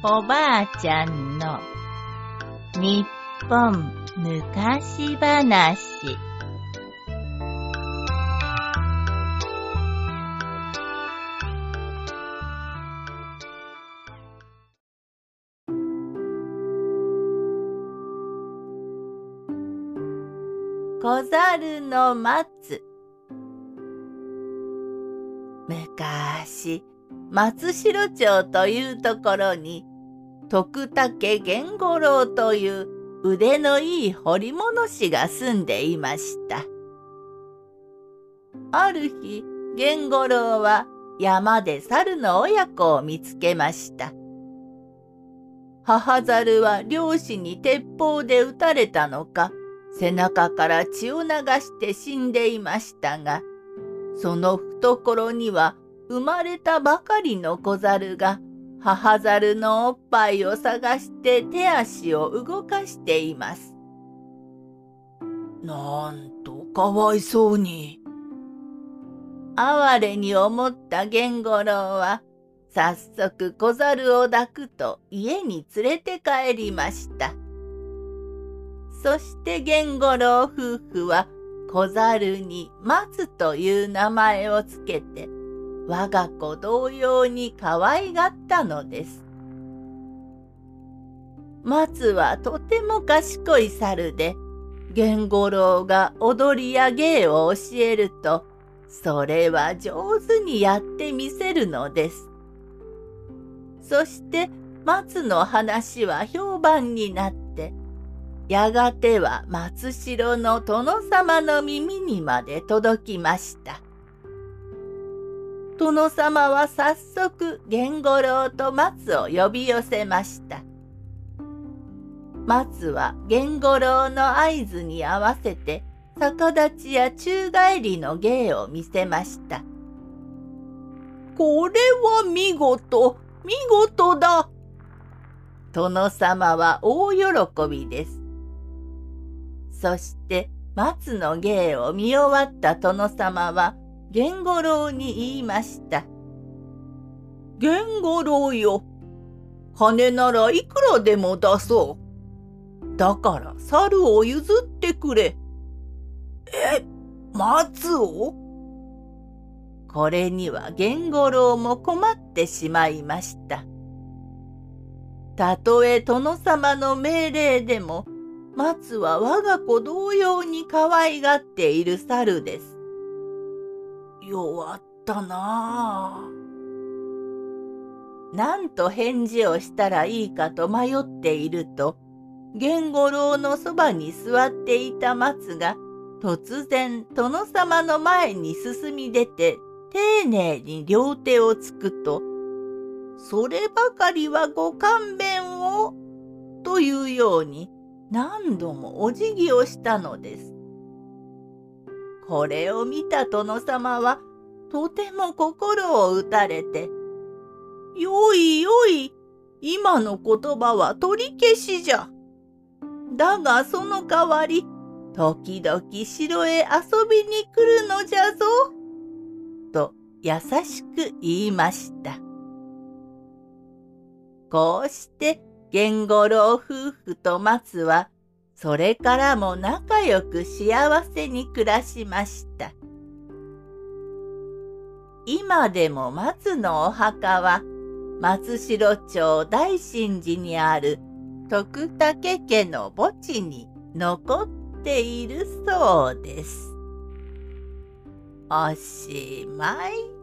おばあちゃんの日本昔話。小猿の松。昔、松代町というところに徳武源五郎という腕のいい彫り物師が住んでいました。ある日、源五郎は山で猿の親子を見つけました。母猿は猟師に鉄砲で撃たれたのか、背中から血を流して死んでいましたが、その懐には生まれたばかりの子猿が母猿のおっぱいを探して手足を動かしています。 なんとかわいそうに。 哀れに思った源五郎は早速子猿を抱くと家に連れて帰りました。そして源五郎夫婦は小猿に松という名前をつけて我が子同様に可愛がったのです。松はとても賢い猿で、源五郎が踊りや芸を教えるとそれは上手にやってみせるのです。そして松の話は評判になって、やがては松代の殿様の耳にまで届きました。殿様は早速源五郎と松を呼び寄せました。松は源五郎の合図に合わせて逆立ちや宙返りの芸を見せました。 これは見事、見事だ。 殿様は大喜びです。そして松の芸を見終わった殿様は源五郎に言いました。 源五郎よ、金ならいくらでも出そう。だから猿を譲ってくれ。松を？ これには源五郎も困ってしまいました。たとえ殿様の命令でも、松は我が子同様に可愛がっている猿です。 弱ったなあ。 なんと返事をしたらいいかと迷っていると、源五郎のそばに座っていた松が突然殿様の前に進み出て丁寧に両手をつくと、そればかりはご勘弁をというように何度もお辞儀をしたのです。これを見た殿様はとても心を打たれて、 よいよい、今の言葉は取り消しじゃ。 だがその代わり、時々城へ遊びに来るのじゃぞ。と優しく言いました。こうして源五郎夫婦と松はそれからも仲良く幸せに暮らしました。今でも松のお墓は松代町大神寺にある徳武家の墓地に残っているそうです。おしまい。